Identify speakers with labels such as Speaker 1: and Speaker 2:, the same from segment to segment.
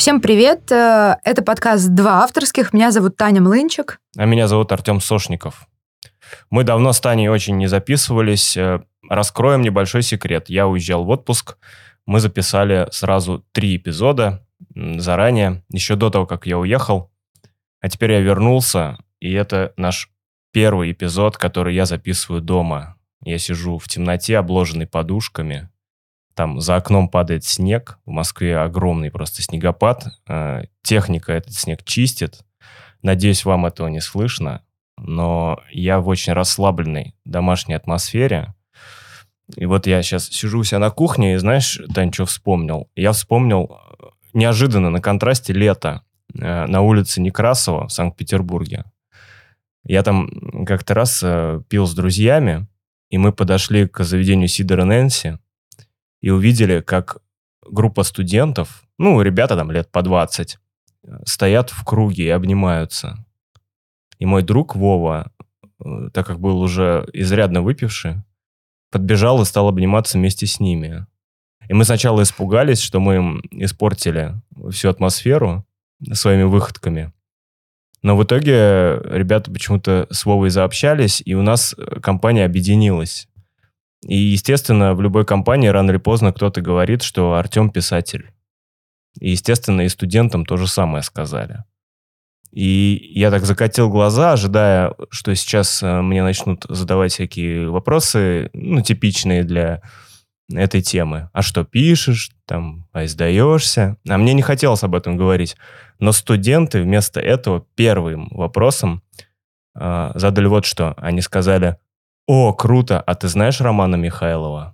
Speaker 1: Всем привет! Это подкаст «Два авторских». Меня зовут Таня Млынчик.
Speaker 2: А меня зовут Артем Сошников. Мы давно с Таней очень не записывались. Раскроем небольшой секрет. Я уезжал в отпуск. Мы записали сразу 3 эпизода заранее, еще до того, как я уехал. А теперь я вернулся, и это наш первый эпизод, который я записываю дома. Я сижу в темноте, обложенный подушками. Там за окном падает снег. В Москве огромный просто снегопад. Техника этот снег чистит. Надеюсь, вам этого не слышно. Но я в очень расслабленной домашней атмосфере. И вот я сейчас сижу у себя на кухне, и знаешь, Тань, что вспомнил? Я вспомнил неожиданно на контрасте лето на улице Некрасова в Санкт-Петербурге. Я там как-то раз пил с друзьями, и мы подошли к заведению Сидор и Нэнси, и увидели, как группа студентов, ребята там лет по 20, стоят в круге и обнимаются. И мой друг Вова, так как был уже изрядно выпивший, подбежал и стал обниматься вместе с ними. И мы сначала испугались, что мы им испортили всю атмосферу своими выходками. Но в итоге ребята почему-то с Вовой заобщались, и у нас компания объединилась. И, естественно, в любой компании рано или поздно кто-то говорит, что Артем писатель. И, естественно, и студентам то же самое сказали. И я так закатил глаза, ожидая, что сейчас мне начнут задавать всякие вопросы, типичные для этой темы. А что пишешь? А издаешься? А мне не хотелось об этом говорить. Но студенты вместо этого первым вопросом задали вот что. Они сказали: «О, круто, а ты знаешь Романа Михайлова?»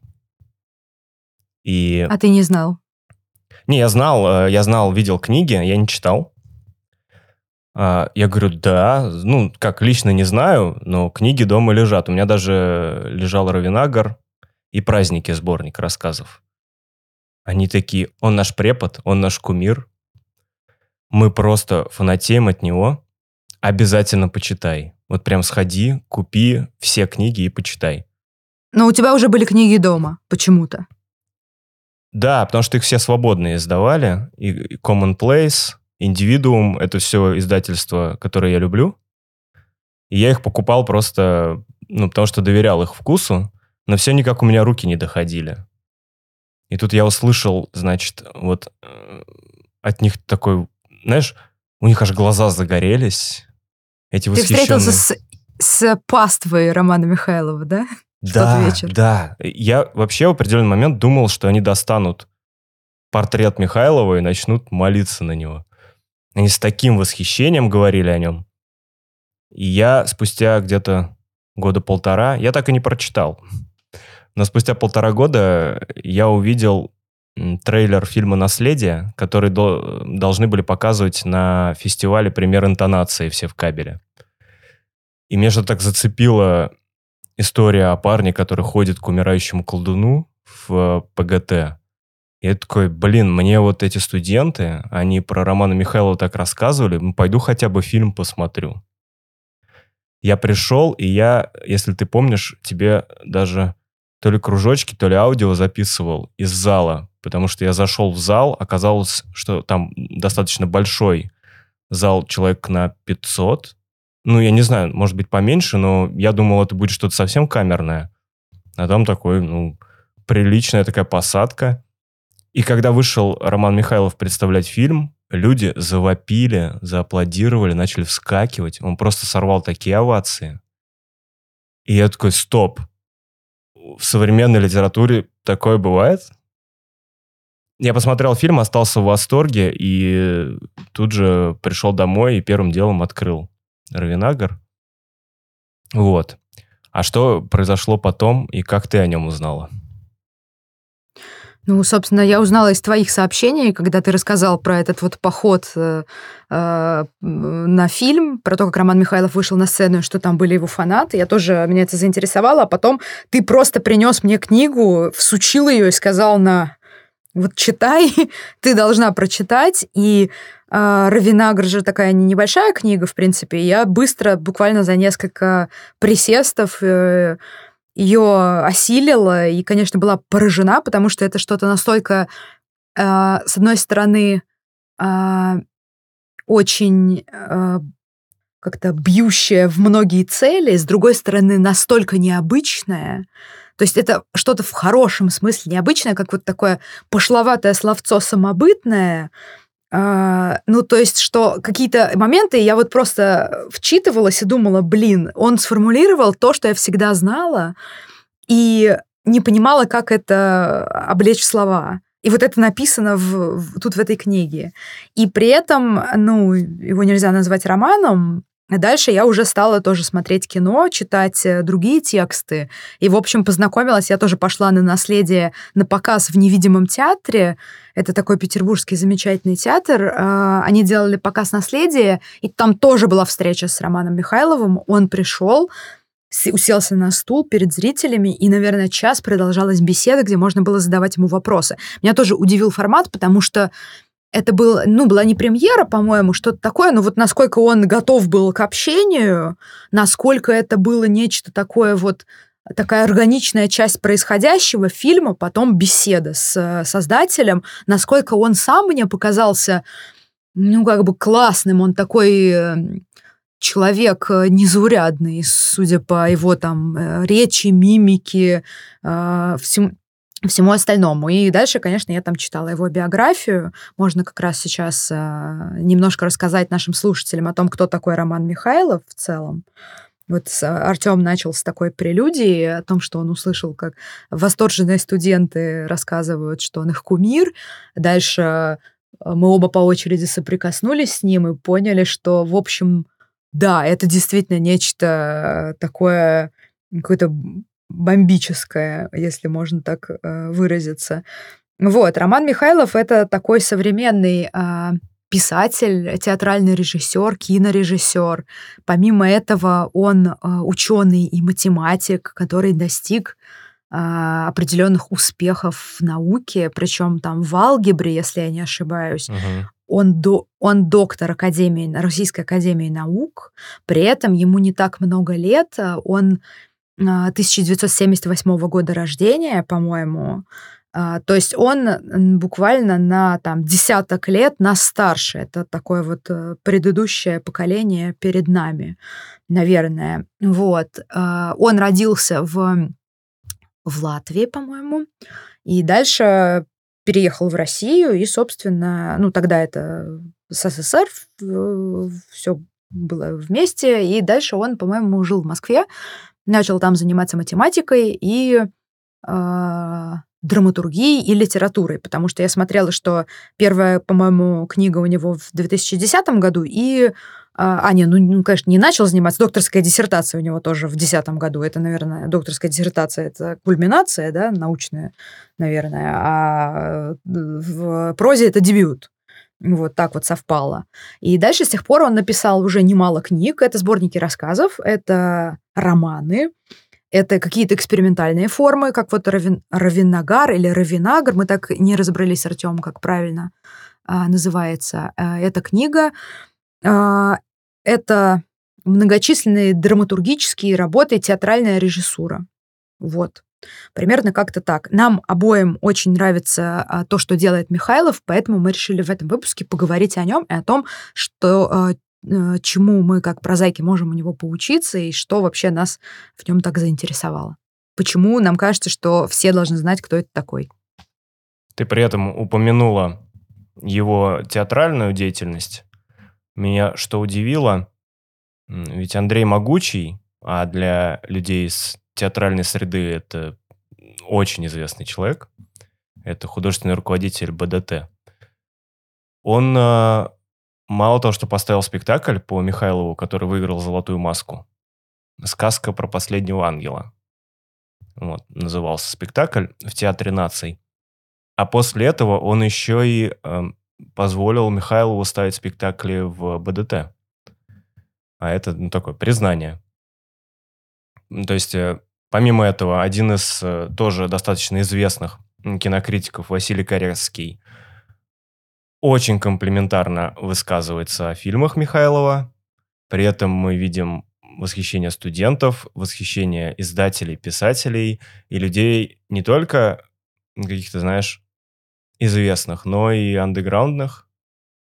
Speaker 1: А ты не знал?
Speaker 2: Не, я знал, видел книги, я не читал. Я говорю, да, лично не знаю, но книги дома лежат. У меня даже лежал «Равенагар» и «Праздники», сборник рассказов. Они такие: он наш препод, он наш кумир. Мы просто фанатеем от него. Обязательно почитай. Вот прям сходи, купи все книги и почитай.
Speaker 1: Но у тебя уже были книги дома, почему-то.
Speaker 2: Да, потому что их все свободные издавали. И Commonplace, Individuum — это все издательства, которые я люблю. И я их покупал просто, потому что доверял их вкусу, но все никак у меня руки не доходили. И тут я услышал, от них такой, знаешь, у них аж глаза загорелись. Эти восхищенные...
Speaker 1: Ты встретился с паствой Романа Михайлова, да? В тот вечер.
Speaker 2: Да. Я вообще в определенный момент думал, что они достанут портрет Михайлова и начнут молиться на него. Они с таким восхищением говорили о нем. И я спустя где-то 1.5 года, я так и не прочитал, но спустя 1.5 года я увидел трейлер фильма «Наследие», который должны были показывать на фестивале «Пример интонации» все в кабеле. И меня что-то так зацепила история о парне, который ходит к умирающему колдуну в ПГТ. И я такой, мне вот эти студенты, они про Романа Михайлова так рассказывали, пойду хотя бы фильм посмотрю. Я пришел, и я, если ты помнишь, тебе даже то ли кружочки, то ли аудио записывал из зала, потому что я зашел в зал, оказалось, что там достаточно большой зал, человек на 500. Я не знаю, может быть поменьше, но я думал, это будет что-то совсем камерное. А там такой, приличная такая посадка. И когда вышел Роман Михайлов представлять фильм, люди завопили, зааплодировали, начали вскакивать. Он просто сорвал такие овации. И я такой, стоп. В современной литературе такое бывает? Я посмотрел фильм, остался в восторге, и тут же пришел домой и первым делом открыл «Равенагар». Вот. А что произошло потом, и как ты о нем узнала?
Speaker 1: Собственно, я узнала из твоих сообщений, когда ты рассказал про этот вот поход на фильм, про то, как Роман Михайлов вышел на сцену, и что там были его фанаты. Меня это заинтересовало, а потом ты просто принес мне книгу, всучил ее и сказал: вот читай, ты должна прочитать. И «Равенагар» же такая небольшая книга, в принципе. Я быстро, буквально за несколько присестов, ее осилила и, конечно, была поражена, потому что это что-то настолько, с одной стороны, а, очень как-то бьющая в многие цели, с другой стороны, настолько необычная. То есть это что-то в хорошем смысле необычное, как вот такое пошловатое словцо самобытное. Ну, то есть, что какие-то моменты я вот просто вчитывалась и думала, блин, он сформулировал то, что я всегда знала, и не понимала, как это облечь в слова. И вот это написано тут в этой книге. И при этом, ну, его нельзя назвать романом. А дальше я уже стала тоже смотреть кино, читать другие тексты. И, в общем, познакомилась, я тоже пошла на «Наследие» на показ в невидимом театре. Это такой петербургский замечательный театр. Они делали показ «Наследие», и там тоже была встреча с Романом Михайловым. Он пришел, уселся на стул перед зрителями, и, наверное, час продолжалась беседа, где можно было задавать ему вопросы. Меня тоже удивил формат, потому что это была не премьера, по-моему, что-то такое, но вот насколько он готов был к общению, насколько это было нечто такое вот, такая органичная часть происходящего фильма, потом беседа с создателем, насколько он сам мне показался, как бы классным, он такой человек незаурядный, судя по его там речи, мимике, всему остальному. И дальше, конечно, я там читала его биографию. Можно как раз сейчас немножко рассказать нашим слушателям о том, кто такой Роман Михайлов в целом. Вот Артём начал с такой прелюдии о том, что он услышал, как восторженные студенты рассказывают, что он их кумир. Дальше мы оба по очереди соприкоснулись с ним и поняли, что, в общем, да, это действительно нечто такое, какое-то бомбическое, если можно так выразиться. Вот, Роман Михайлов — это такой современный писатель, театральный режиссер, кинорежиссер. Помимо этого, он ученый и математик, который достиг определенных успехов в науке, причем там в алгебре, если я не ошибаюсь.
Speaker 2: Угу.
Speaker 1: Он доктор Российской академии наук, при этом ему не так много лет, он 1978 года рождения, по-моему. То есть он буквально на там, десяток лет нас старше. Это такое вот предыдущее поколение перед нами, наверное. Вот. Он родился в Латвии, по-моему, и дальше переехал в Россию, и, собственно, тогда это СССР, все было вместе, и дальше он, по-моему, жил в Москве, начал там заниматься математикой и драматургией и литературой, потому что я смотрела, что первая, по-моему, книга у него в 2010 году, и конечно, не начал заниматься. Докторская диссертация у него тоже в 2010 году. Это, наверное, докторская диссертация — это кульминация, да, научная, наверное, а в прозе это дебют. Вот так вот совпало. И дальше с тех пор он написал уже немало книг. Это сборники рассказов, это романы, это какие-то экспериментальные формы, как вот Равинагар или Равинагр. Мы так не разобрались с Артёмом, как правильно называется эта книга. Это многочисленные драматургические работы, театральная режиссура. Вот. Примерно как-то так. Нам обоим очень нравится то, что делает Михайлов, поэтому мы решили в этом выпуске поговорить о нем и о том, что, чему мы, как прозаики, можем у него поучиться и что вообще нас в нем так заинтересовало. Почему нам кажется, что все должны знать, кто это такой.
Speaker 2: Ты при этом упомянула его театральную деятельность. Меня что удивило, ведь Андрей Могучий, а для людей из театральной среды это очень известный человек, это художественный руководитель БДТ. Он мало того, что поставил спектакль по Михайлову, который выиграл «Золотую маску», «Сказка про последнего ангела». Вот, назывался спектакль в Театре наций. А после этого он еще и позволил Михайлову ставить спектакли в БДТ. А это такое признание. То есть, помимо этого, один из тоже достаточно известных кинокритиков, Василий Каревский, очень комплиментарно высказывается о фильмах Михайлова. При этом мы видим восхищение студентов, восхищение издателей, писателей и людей не только каких-то, знаешь, известных, но и андеграундных.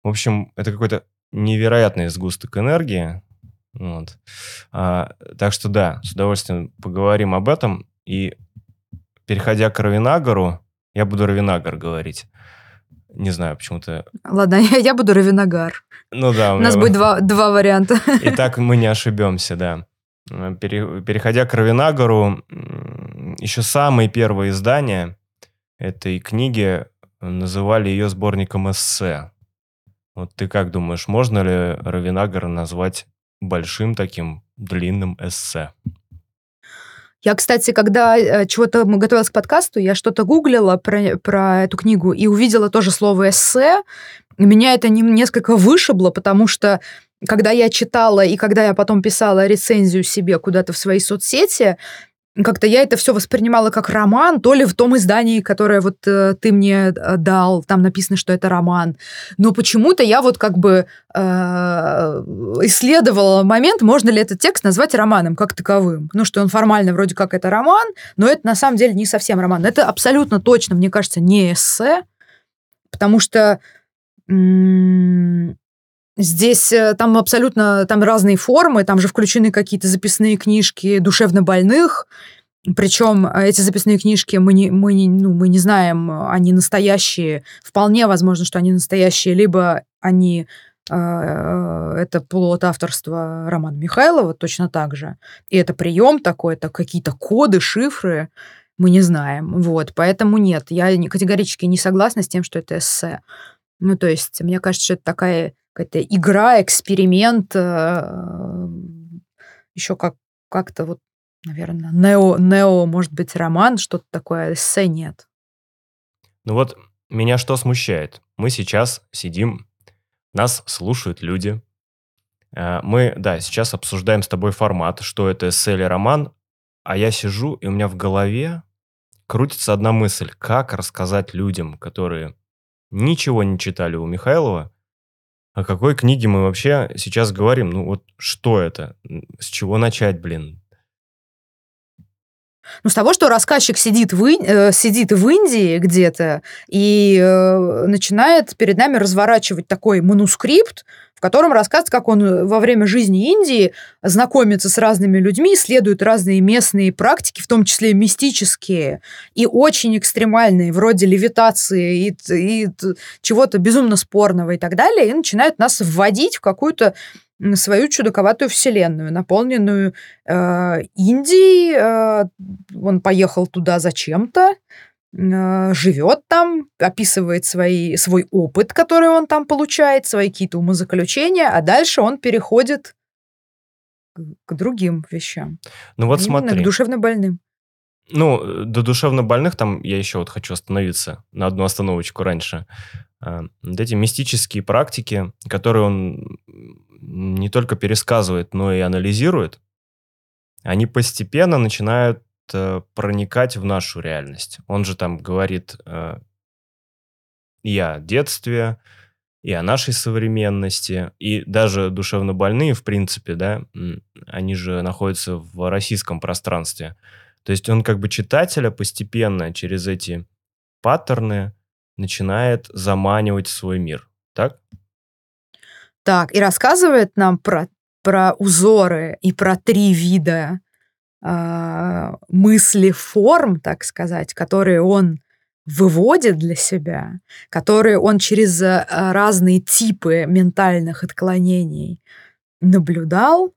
Speaker 2: В общем, это какой-то невероятный сгусток энергии. Вот. Так что да, с удовольствием поговорим об этом. И переходя к Равинагору, я буду Равинагор говорить. Не знаю, почему-то...
Speaker 1: Ладно, я буду Равинагар.
Speaker 2: Ну да,
Speaker 1: У нас будет два варианта.
Speaker 2: И так мы не ошибемся, да. Переходя к Равинагору, еще самые первые издания этой книги называли ее сборником эссе. Вот ты как думаешь, можно ли Равинагора назвать большим таким длинным эссе?
Speaker 1: Я, кстати, когда чего-то готовилась к подкасту, я что-то гуглила про эту книгу и увидела тоже слово «эссе». И меня это несколько вышибло, потому что когда я читала и когда я потом писала рецензию себе куда-то в свои соцсети, как-то я это все воспринимала как роман, то ли в том издании, которое вот ты мне дал, там написано, что это роман. Но почему-то я вот как бы исследовала момент, можно ли этот текст назвать романом как таковым. Ну, что он формально вроде как это роман, но это на самом деле не совсем роман. Это абсолютно точно, мне кажется, не эссе, потому что здесь там абсолютно там разные формы, там же включены какие-то записные книжки душевнобольных, причем эти записные книжки мы не знаем, они настоящие, вполне возможно, что они настоящие, либо они это плод авторства Романа Михайлова точно так же, и это прием такой, это какие-то коды, шифры, мы не знаем, вот, поэтому нет, я категорически не согласна с тем, что это эссе. Ну, то есть, мне кажется, что это такая какая-то игра, эксперимент, еще как-то вот, наверное, нео, может быть, роман, что-то такое, эссе нет.
Speaker 2: Ну вот меня что смущает? Мы сейчас сидим, нас слушают люди. Мы, да, сейчас обсуждаем с тобой формат, что это эссе или роман, а я сижу, и у меня в голове крутится одна мысль. Как рассказать людям, которые ничего не читали у Михайлова, о какой книге мы вообще сейчас говорим? Ну вот что это? С чего начать, блин?
Speaker 1: Ну, с того, что рассказчик сидит в Индии где-то и начинает перед нами разворачивать такой манускрипт, в котором рассказывает, как он во время жизни Индии знакомится с разными людьми, исследует разные местные практики, в том числе мистические и очень экстремальные, вроде левитации и чего-то безумно спорного и так далее, и начинает нас вводить в какую-то свою чудаковатую вселенную, наполненную Индией. Он поехал туда зачем-то, живет там, описывает свой опыт, который он там получает, свои какие-то умозаключения, а дальше он переходит к другим вещам.
Speaker 2: Ну вот
Speaker 1: Именно
Speaker 2: смотри.
Speaker 1: к душевнобольным.
Speaker 2: Ну, до душевнобольных там я еще вот хочу остановиться на одну остановочку раньше. Вот эти мистические практики, которые он не только пересказывает, но и анализирует, они постепенно начинают проникать в нашу реальность. Он же там говорит и о детстве, и о нашей современности, и даже душевнобольные, в принципе, да, они же находятся в российском пространстве. То есть он как бы читателя постепенно через эти паттерны начинает заманивать в свой мир. Так?
Speaker 1: Так, и рассказывает нам про узоры и про 3 вида мыслеформ, так сказать, которые он выводит для себя, которые он через разные типы ментальных отклонений наблюдал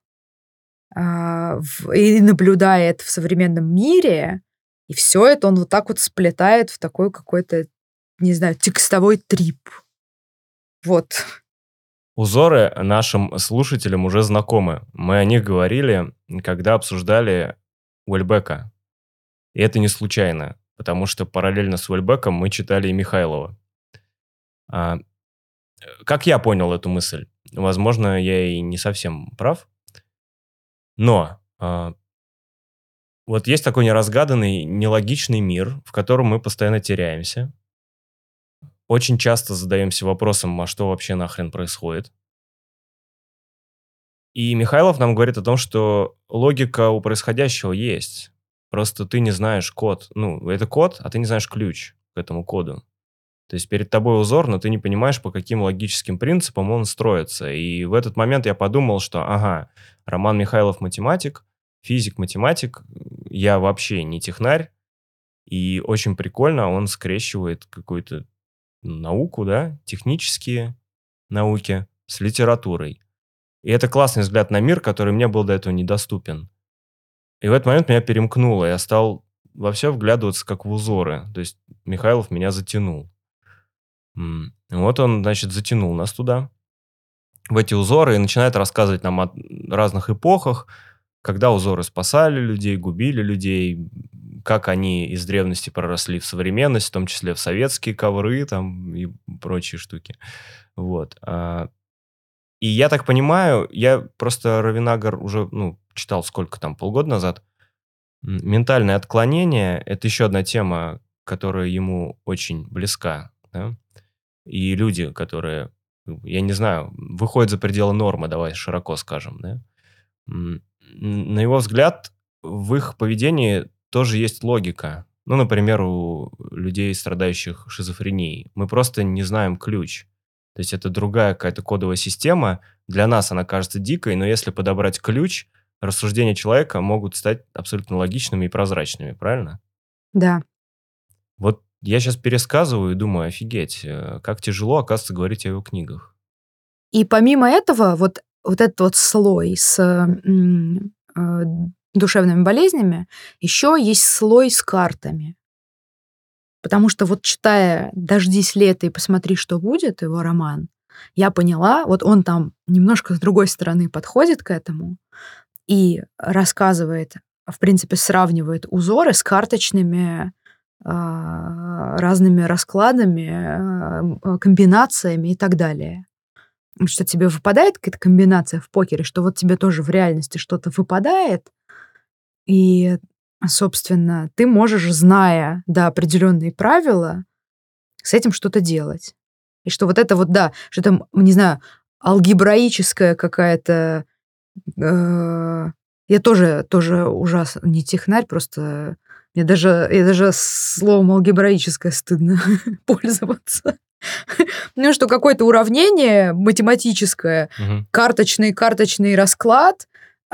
Speaker 1: и наблюдает в современном мире, и все это он вот так вот сплетает в такой какой-то, не знаю, текстовой трип. Вот.
Speaker 2: Узоры нашим слушателям уже знакомы. Мы о них говорили, когда обсуждали Уэльбека. И это не случайно, потому что параллельно с Уэльбеком мы читали и Михайлова. Как я понял эту мысль? Возможно, я и не совсем прав. Но вот есть такой неразгаданный, нелогичный мир, в котором мы постоянно теряемся. Очень часто задаемся вопросом, а что вообще нахрен происходит? И Михайлов нам говорит о том, что логика у происходящего есть. Просто ты не знаешь код. Ну, это код, а ты не знаешь ключ к этому коду. То есть перед тобой узор, но ты не понимаешь, по каким логическим принципам он строится. И в этот момент я подумал, что, ага, Роман Михайлов математик, физик-математик, я вообще не технарь, и очень прикольно он скрещивает какую-то науку, да, технические науки с литературой. И это классный взгляд на мир, который мне был до этого недоступен. И в этот момент меня перемкнуло, я стал во все вглядываться как в узоры. То есть Михайлов меня затянул. Вот он, значит, затянул нас туда, в эти узоры, и начинает рассказывать нам о разных эпохах, когда узоры спасали людей, губили людей, как они из древности проросли в современность, в том числе в советские ковры там и прочие штуки. Вот. И я так понимаю, я просто Равинагар уже, читал сколько там, полгода назад. Ментальное отклонение– это еще одна тема, которая ему очень близка, да? И люди, которые, я не знаю, выходят за пределы нормы, давай широко скажем, да? На его взгляд, в их поведении тоже есть логика. Ну, например, у людей, страдающих шизофренией. Мы просто не знаем ключ. То есть это другая какая-то кодовая система. Для нас она кажется дикой, но если подобрать ключ, рассуждения человека могут стать абсолютно логичными и прозрачными, правильно?
Speaker 1: Да.
Speaker 2: Вот я сейчас пересказываю и думаю, офигеть, как тяжело, оказывается, говорить о его книгах.
Speaker 1: И помимо этого, вот этот вот слой с душевными болезнями, еще есть слой с картами. Потому что вот читая «Дождись лета и посмотри, что будет», его роман, я поняла, вот он там немножко с другой стороны подходит к этому и рассказывает, в принципе, сравнивает узоры с карточными разными раскладами, комбинациями и так далее. Что тебе выпадает какая-то комбинация в покере, что вот тебе тоже в реальности что-то выпадает, и, собственно, ты можешь, зная, да, определенные правила, с этим что-то делать. И что вот это вот, да, что там, не знаю, алгебраическая какая-то... я тоже ужасно не технарь, просто я даже словом алгебраическое стыдно пользоваться. Ну, что какое-то уравнение математическое, карточный расклад,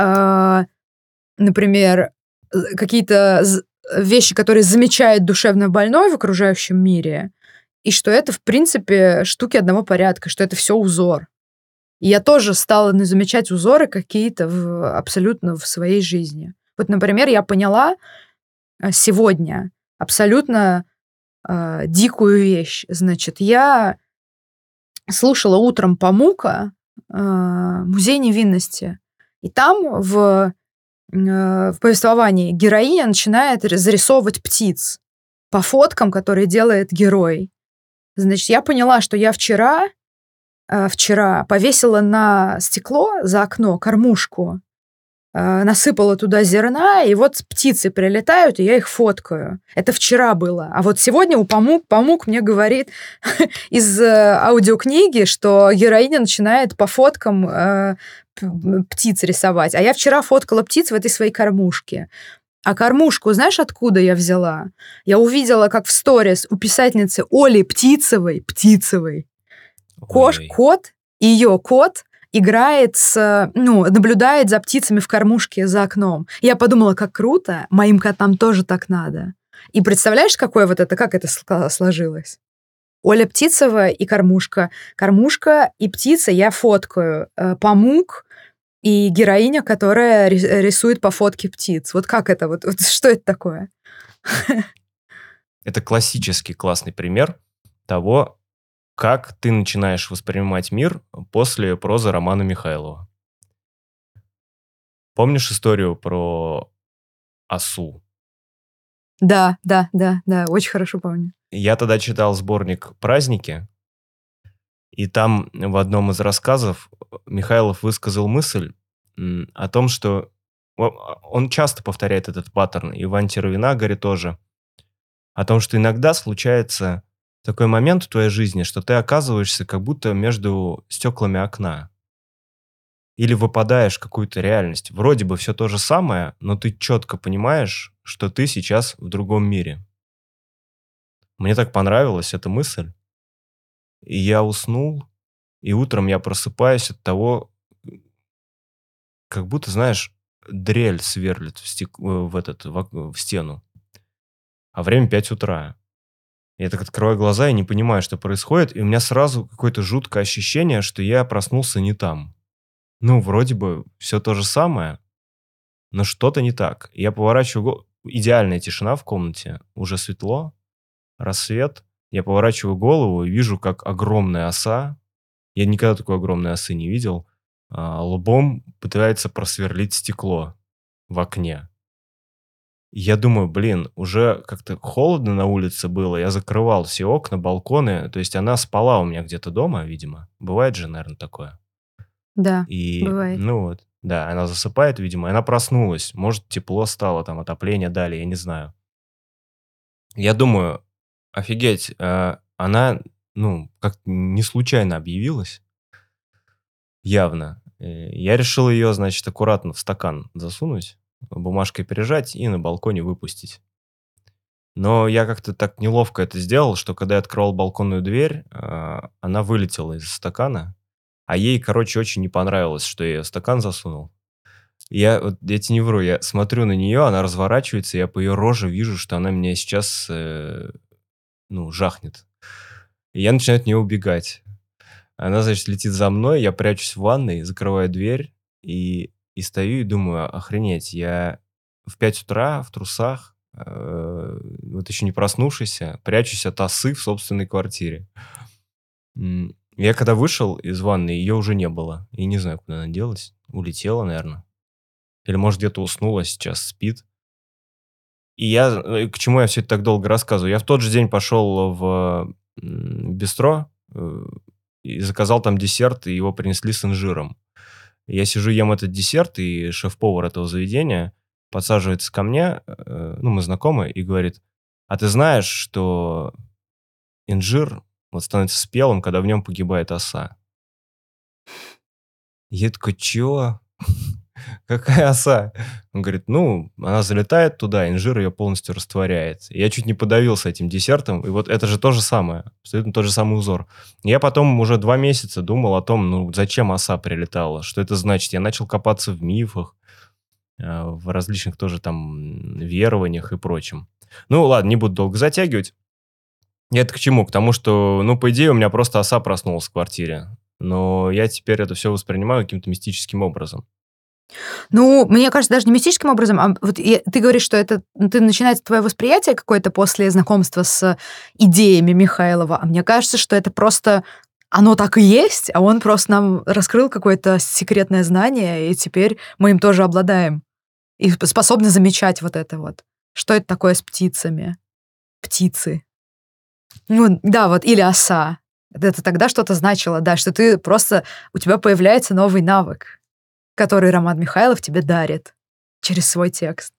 Speaker 1: например, какие-то вещи, которые замечает душевно больной в окружающем мире, и что это, в принципе, штуки одного порядка, что это все узор. И я тоже стала замечать узоры какие-то абсолютно в своей жизни. Вот, например, я поняла сегодня абсолютно дикую вещь. Значит, я слушала утром Памука «Музей невинности», и там в повествовании героиня начинает зарисовывать птиц по фоткам, которые делает герой. Значит, я поняла, что я вчера повесила на стекло за окно кормушку, насыпала туда зерна, и вот птицы прилетают, и я их фоткаю. Это вчера было. А вот сегодня Памук мне говорит из аудиокниги, что героиня начинает по фоткам птиц рисовать. А я вчера фоткала птиц в этой своей кормушке. А кормушку, знаешь, откуда я взяла? Я увидела, как в сторис у писательницы Оли Птицевой, ее кот играет наблюдает за птицами в кормушке за окном. Я подумала, как круто, моим котам тоже так надо. И представляешь, как это сложилось? Оля Птицева и кормушка. Кормушка и птица я фоткаю. Памук и героиня, которая рисует по фотке птиц. Вот как это? Вот что это такое?
Speaker 2: Это классический классный пример того, как ты начинаешь воспринимать мир после прозы Романа Михайлова. Помнишь историю про осу?
Speaker 1: Да, очень хорошо помню.
Speaker 2: Я тогда читал сборник «Праздники», и там в одном из рассказов Михайлов высказал мысль о том, что он часто повторяет этот паттерн, и в «Антиравинагаре» тоже, о том, что иногда случается такой момент в твоей жизни, что ты оказываешься как будто между стеклами окна. Или выпадаешь в какую-то реальность. Вроде бы все то же самое, но ты четко понимаешь, что ты сейчас в другом мире. Мне так понравилась эта мысль. И я уснул, и утром я просыпаюсь от того, как будто, знаешь, дрель сверлит в стену, а время 5 утра. Я так открываю глаза и не понимаю, что происходит, и у меня сразу какое-то жуткое ощущение, что я проснулся не там. Ну, вроде бы все то же самое, но что-то не так. Я поворачиваю идеальная тишина в комнате, уже светло, рассвет. Я поворачиваю голову и вижу, как огромная оса, я никогда такой огромной осы не видел, лбом пытается просверлить стекло в окне. И я думаю, блин, уже как-то холодно на улице было, я закрывал все окна, балконы, то есть она спала у меня где-то дома, видимо. Бывает же, наверное, такое.
Speaker 1: Да,
Speaker 2: И,
Speaker 1: бывает.
Speaker 2: ну вот, да, она засыпает, видимо, и она проснулась. Может, тепло стало, там, отопление дали, я не знаю. Я думаю, офигеть, она, ну, как не случайно объявилась, явно. Я решил ее, значит, аккуратно в стакан засунуть, бумажкой прижать и на балконе выпустить. Но я как-то так неловко это сделал, что когда я открывал балконную дверь, она вылетела из стакана, а ей, короче, очень не понравилось, что я её в стакан засунул. Я тебе не вру, я смотрю на нее, она разворачивается, я по ее роже вижу, что она меня сейчас, ну, жахнет. И я начинаю от нее убегать. Она, значит, летит за мной, я прячусь в ванной, закрываю дверь и стою и думаю, охренеть, я в 5 утра в трусах, вот еще не проснувшийся, прячусь от осы в собственной квартире. Я когда вышел из ванны, ее уже не было. И не знаю, куда она делась. Улетела, наверное. Или, может, где-то уснула, сейчас спит. И к чему я все это так долго рассказываю? Я в тот же день пошел в бистро и заказал там десерт, и его принесли с инжиром. Я сижу, ем этот десерт, и шеф-повар этого заведения подсаживается ко мне, ну, мы знакомы, и говорит, а ты знаешь, что инжир вот становится спелым, когда в нем погибает оса? Я такой, чё? Какая оса? Он говорит, ну, она залетает туда, инжир ее полностью растворяет. И я чуть не подавился этим десертом, и вот это же то же самое, абсолютно тот же самый узор. Я потом уже 2 месяца думал о том, ну, зачем оса прилетала, что это значит. Я начал копаться в мифах, в различных тоже там верованиях и прочем. Ну, ладно, не буду долго затягивать. Я это к чему? К тому, что, ну, по идее, у меня просто оса проснулась в квартире. Но я теперь это все воспринимаю каким-то мистическим образом.
Speaker 1: Ну, мне кажется, даже не мистическим образом, а вот ты говоришь, что это начинается твое восприятие какое-то после знакомства с идеями Михайлова, а мне кажется, что это просто оно так и есть, а он просто нам раскрыл какое-то секретное знание, и теперь мы им тоже обладаем. И способны замечать вот это вот. Что это такое с птицами? Птицы. Ну, да, вот, или оса. Это тогда что-то значило, да, что ты просто, у тебя появляется новый навык, который Роман Михайлов тебе дарит через свой текст.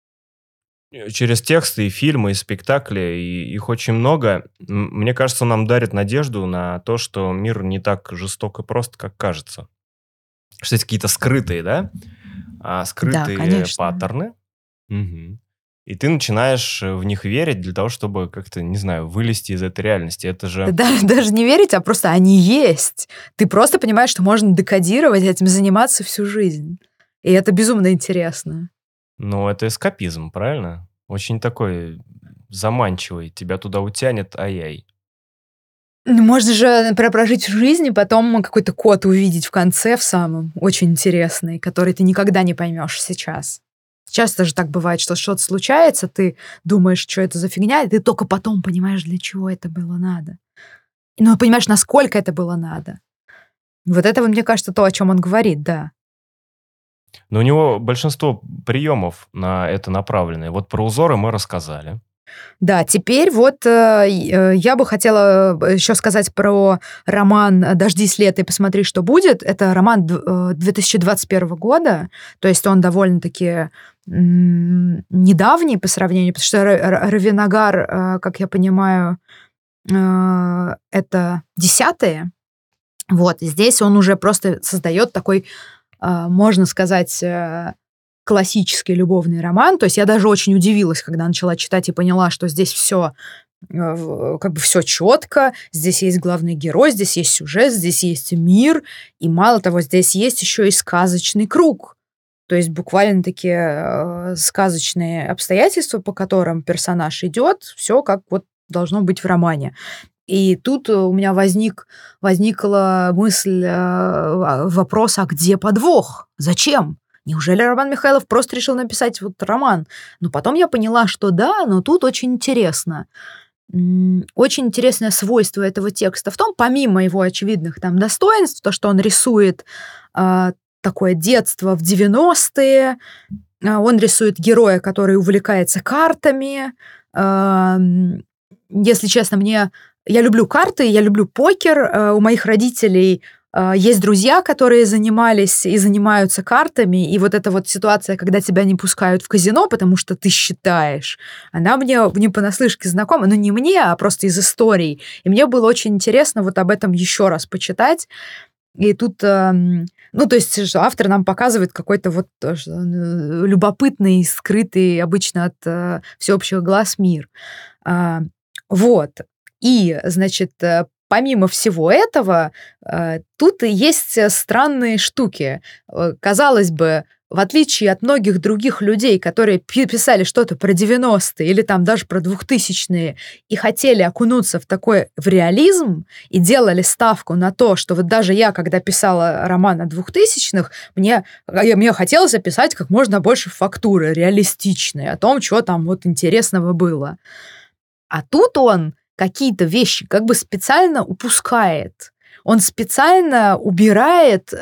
Speaker 2: Через тексты и фильмы, и спектакли, и их очень много. Мне кажется, он нам дарит надежду на то, что мир не так жесток и прост, как кажется. Что есть какие-то скрытые, да?
Speaker 1: Да,
Speaker 2: Скрытые
Speaker 1: конечно.
Speaker 2: паттерны. Мгм. И ты начинаешь в них верить для того, чтобы как-то, не знаю, вылезти из этой реальности. Это же,
Speaker 1: Даже не верить, а просто они есть. Ты просто понимаешь, что можно декодировать, этим заниматься всю жизнь. И это безумно интересно.
Speaker 2: ну, это эскапизм, правильно? Очень такой заманчивый. Тебя туда утянет, ай-яй.
Speaker 1: Ну, можно же, например, прожить жизнь и потом какой-то код увидеть в конце, в самом, очень интересный, который ты никогда не поймешь сейчас. Часто же так бывает, что что-то случается, ты думаешь, что это за фигня, и ты только потом понимаешь, для чего это было надо. Ну, понимаешь, насколько это было надо. Вот это, вот, мне кажется, то, о чем он говорит, да.
Speaker 2: Но у него большинство приемов на это направлены. Вот про узоры мы рассказали.
Speaker 1: Да, теперь вот я бы хотела еще сказать про роман «Дождись лета и посмотри, что будет». Это роман 2021 года, то есть он довольно-таки недавний по сравнению, потому что Равинагар, как я понимаю, это 10-е. Вот, и здесь он уже просто создает такой, можно сказать, классический любовный роман. То есть я даже очень удивилась, когда начала читать и поняла, что здесь все как бы все четко, здесь есть главный герой, здесь есть сюжет, здесь есть мир, и мало того, здесь есть еще и сказочный круг. То есть буквально такие сказочные обстоятельства, по которым персонаж идет, все как вот должно быть в романе. И тут у меня возникла мысль, вопрос, а где подвох? Зачем? Неужели Роман Михайлов просто решил написать вот роман? Но потом я поняла, что да, но тут очень интересно. Очень интересное свойство этого текста в том, помимо его очевидных там достоинств, то, что он рисует такое детство в 90-е, он рисует героя, который увлекается картами. Если честно, я люблю карты, я люблю покер. У моих родителей есть друзья, которые занимались и занимаются картами, и вот эта вот ситуация, когда тебя не пускают в казино, потому что ты считаешь, она мне не понаслышке знакома, но не мне, а просто из историй. И мне было очень интересно вот об этом еще раз почитать. И тут, ну, то есть автор нам показывает какой-то вот любопытный, скрытый обычно от всеобщих глаз мир. Вот. И, значит, помимо всего этого, тут и есть странные штуки. Казалось бы, в отличие от многих других людей, которые писали что-то про 90-е или там даже про 2000-е и хотели окунуться в реализм и делали ставку на то, что вот даже я, когда писала роман о 2000-х, мне хотелось описать как можно больше фактуры реалистичной, о том, что там вот интересного было. А тут он какие-то вещи как бы специально упускает. Он специально убирает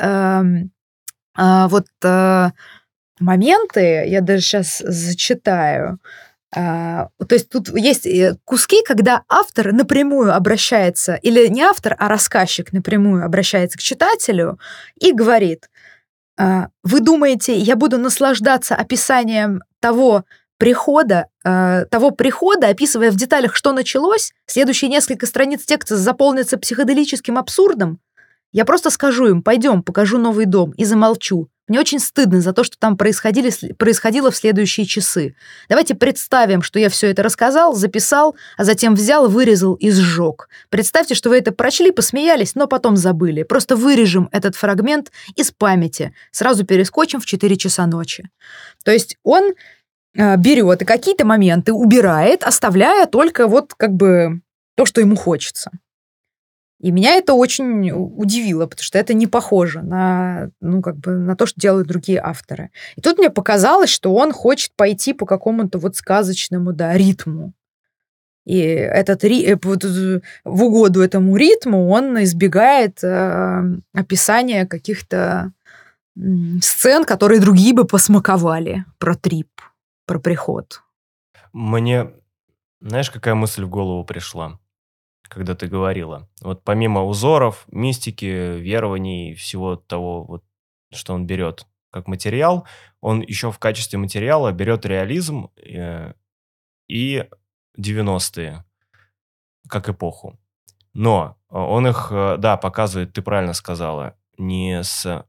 Speaker 1: моменты, я даже сейчас зачитаю. То есть тут есть куски, когда автор напрямую обращается, или не автор, а рассказчик напрямую обращается к читателю и говорит: вы думаете, я буду наслаждаться описанием того прихода, описывая в деталях, что началось, следующие несколько страниц текста заполнятся психоделическим абсурдом? Я просто скажу им: пойдем, покажу новый дом, и замолчу. Мне очень стыдно за то, что там происходило в следующие часы. Давайте представим, что я все это рассказал, записал, а затем взял, вырезал и сжег. Представьте, что вы это прочли, посмеялись, но потом забыли. Просто вырежем этот фрагмент из памяти. Сразу перескочим в 4 часа ночи. То есть он берет и какие-то моменты убирает, оставляя только вот как бы то, что ему хочется. И меня это очень удивило, потому что это не похоже на то, что делают другие авторы. И тут мне показалось, что он хочет пойти по какому-то вот сказочному, ритму. И в угоду этому ритму он избегает описания каких-то сцен, которые другие бы посмаковали про трип, про приход.
Speaker 2: Мне, знаешь, какая мысль в голову пришла, когда ты говорила? Вот помимо узоров, мистики, верований, всего того, вот, что он берет как материал, он еще в качестве материала берет реализм и 90-е как эпоху. Но он их, показывает, ты правильно сказала, не с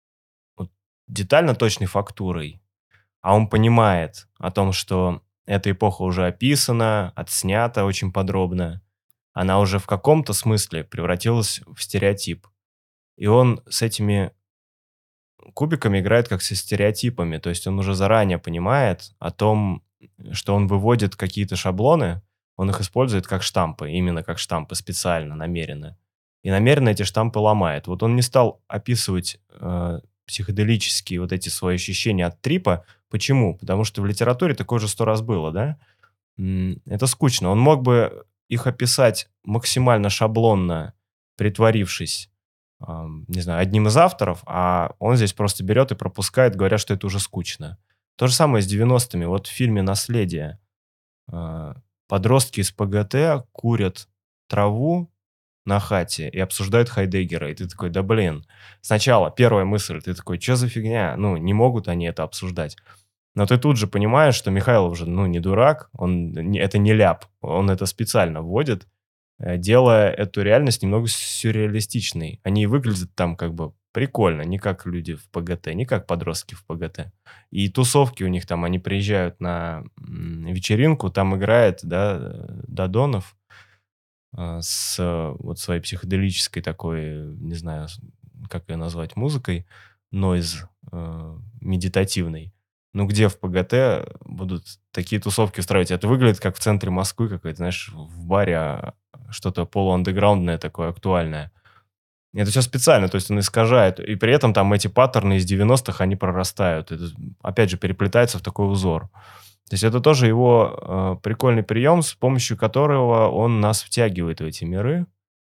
Speaker 2: детально точной фактурой, а он понимает о том, что эта эпоха уже описана, отснята очень подробно. Она уже в каком-то смысле превратилась в стереотип. И он с этими кубиками играет как со стереотипами. То есть он уже заранее понимает о том, что он выводит какие-то шаблоны, он их использует как штампы, именно как штампы, специально, намеренно. И намеренно эти штампы ломает. Вот он не стал описывать психоделические вот эти свои ощущения от трипа. Почему? Потому что в литературе такое же 100 раз было, да? Это скучно. Он мог бы их описать максимально шаблонно, притворившись, не знаю, одним из авторов, а он здесь просто берет и пропускает, говоря, что это уже скучно. То же самое с 90-ми. Вот в фильме «Наследие» подростки из ПГТ курят траву на хате и обсуждают Хайдеггера. И ты такой: да блин. Сначала первая мысль, ты такой: что за фигня? Ну, не могут они это обсуждать. Но ты тут же понимаешь, что Михайлов же, не дурак, это не ляп, он это специально вводит, делая эту реальность немного сюрреалистичной. Они выглядят там как бы Прикольно, не как люди в ПГТ, не как подростки в ПГТ. И тусовки у них там, они приезжают на вечеринку, там играет, да, Додонов с вот своей психоделической такой, не знаю, как ее назвать, музыкой, нойз медитативной. Ну, где в ПГТ будут такие тусовки устраивать? Это выглядит как в центре Москвы какой-то, знаешь, в баре что-то полуандеграундное такое, актуальное. Это все специально, то есть он искажает. И при этом там эти паттерны из 90-х, они прорастают. Это, опять же, переплетается в такой узор. То есть это тоже его прикольный прием, с помощью которого он нас втягивает в эти миры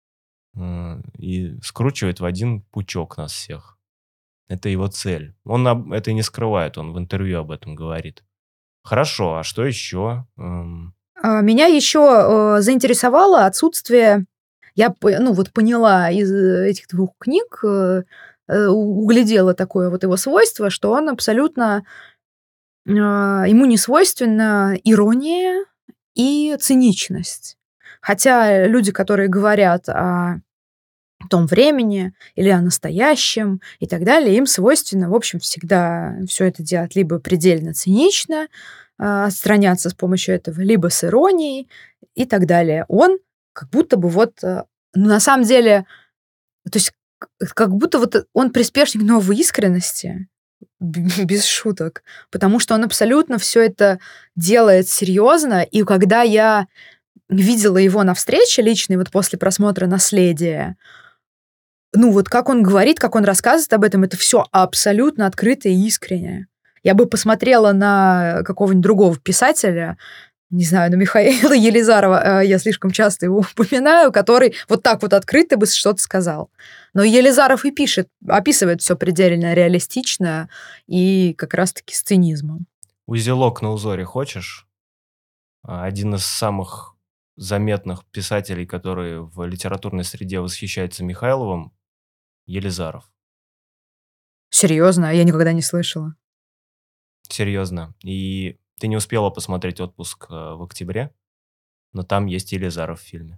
Speaker 2: и скручивает в один пучок нас всех. Это его цель. Он это и не скрывает, он в интервью об этом говорит. Хорошо, а что еще?
Speaker 1: Меня еще заинтересовало отсутствие. Ну, вот поняла из этих двух книг, углядела такое вот его свойство, что он абсолютно, ему не свойственна ирония и циничность. Хотя люди, которые говорят о том времени или о настоящем и так далее, им свойственно, в общем, всегда все это делать либо предельно цинично, отстраняться с помощью этого, либо с иронией и так далее. Он как будто бы вот, ну, на самом деле, то есть как будто вот он приспешник новой искренности, без шуток, потому что он абсолютно все это делает серьезно. И когда я видела его на встрече личной, вот после просмотра «Наследия», ну, вот как он говорит, как он рассказывает об этом, это все абсолютно открыто и искренне. Я бы посмотрела на какого-нибудь другого писателя, не знаю, на Михаила Елизарова, я слишком часто его упоминаю, который вот так вот открыто бы что-то сказал. Но Елизаров и пишет, описывает все предельно реалистично и как раз-таки с цинизмом.
Speaker 2: Узелок на узоре хочешь? Один из самых заметных писателей, который в литературной среде восхищается Михайловым, Елизаров.
Speaker 1: Серьезно, я никогда не слышала.
Speaker 2: Серьезно. И ты не успела посмотреть «Отпуск» в октябре, но там есть Елизаров в фильме.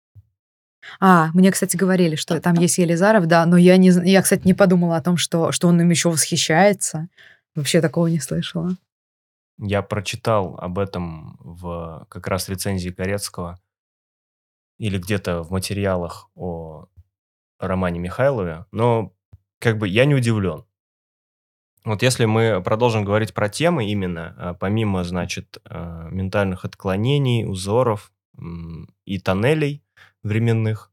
Speaker 1: Мне, кстати, говорили, что там есть Елизаров, да, но я, кстати, не подумала о том, что он им еще восхищается. Вообще такого не слышала.
Speaker 2: Я прочитал об этом в как раз рецензии Корецкого или где-то в материалах о романе Михайлове, но как бы я не удивлен. Вот если мы продолжим говорить про темы именно, помимо, значит, ментальных отклонений, узоров и тоннелей временных,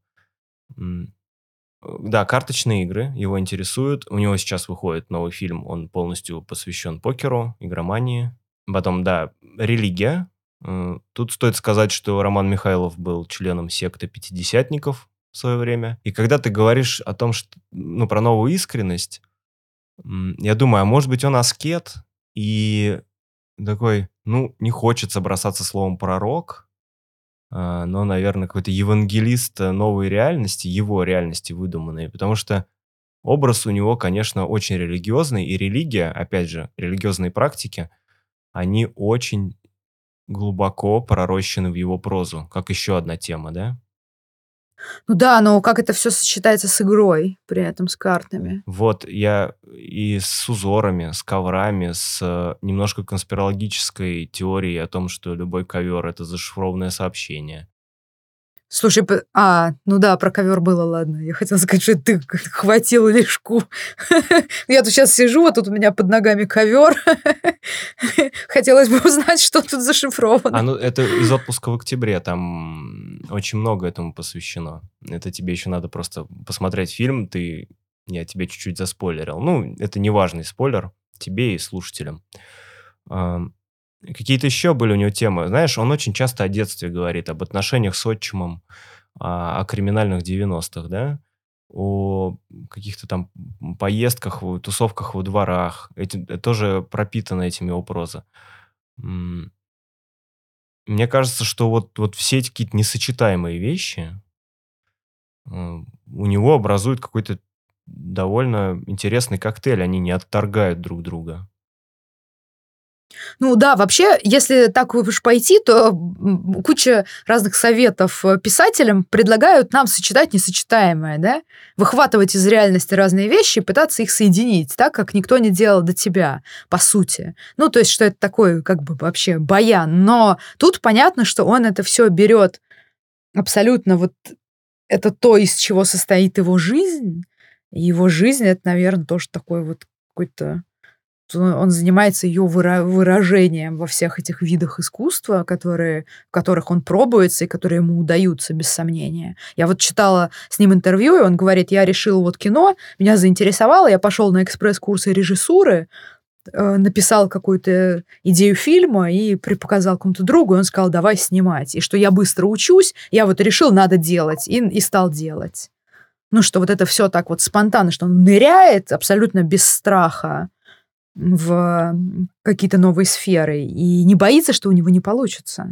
Speaker 2: да, карточные игры его интересуют. У него сейчас выходит новый фильм, он полностью посвящен покеру, игромании. Потом, да, религия. Тут стоит сказать, что Роман Михайлов был членом секты пятидесятников в свое время. И когда ты говоришь о том, что, ну, про новую искренность, я думаю, а может быть он аскет и такой, ну, не хочется бросаться словом пророк, но, наверное, какой-то евангелист новой реальности, его реальности выдуманной, потому что образ у него, конечно, очень религиозный, и религия, опять же, религиозные практики, они очень глубоко пророщены в его прозу, как еще одна тема, да?
Speaker 1: Ну да, но как это все сочетается с игрой, при этом с картами?
Speaker 2: Вот я и с узорами, с коврами, с немножко конспирологической теорией о том, что любой ковер — это зашифрованное сообщение.
Speaker 1: Слушай, ну да, про ковер было, ладно. Я хотела сказать, что ты хватил лишку. Я тут сейчас сижу, вот тут у меня под ногами ковер. Хотелось бы узнать, что тут зашифровано.
Speaker 2: Ну это из «Отпуска в октябре», там очень много этому посвящено. Это тебе еще надо просто посмотреть фильм, я тебе чуть-чуть заспойлерил. Ну, это не важный спойлер тебе и слушателям. Какие-то еще были у него темы. Знаешь, он очень часто о детстве говорит, об отношениях с отчимом, о криминальных 90-х, да? О каких-то там поездках, тусовках во дворах. Тоже пропитано этим его проза. Мне кажется, что вот все эти какие-то несочетаемые вещи у него образуют какой-то довольно интересный коктейль. Они не отторгают друг друга.
Speaker 1: Ну да, вообще, если так уж пойти, то куча разных советов писателям предлагают нам сочетать несочетаемое, да? Выхватывать из реальности разные вещи и пытаться их соединить, так, как никто не делал до тебя, по сути. Ну, то есть, что это такой, как бы, вообще баян. Но тут понятно, что он это все берет абсолютно вот это то, из чего состоит его жизнь. И его жизнь, это, наверное, тоже такой вот какой-то он занимается ее выражением во всех этих видах искусства, в которых он пробуется и которые ему удаются, без сомнения. Я вот читала с ним интервью, и он говорит, я решил вот кино, меня заинтересовало, я пошел на экспресс-курсы режиссуры, написал какую-то идею фильма и показал кому-то другу, и он сказал, давай снимать. И что я быстро учусь, я вот решил, надо делать, и стал делать. Ну, что вот это все так вот спонтанно, что он ныряет абсолютно без страха в какие-то новые сферы и не боится, что у него не получится.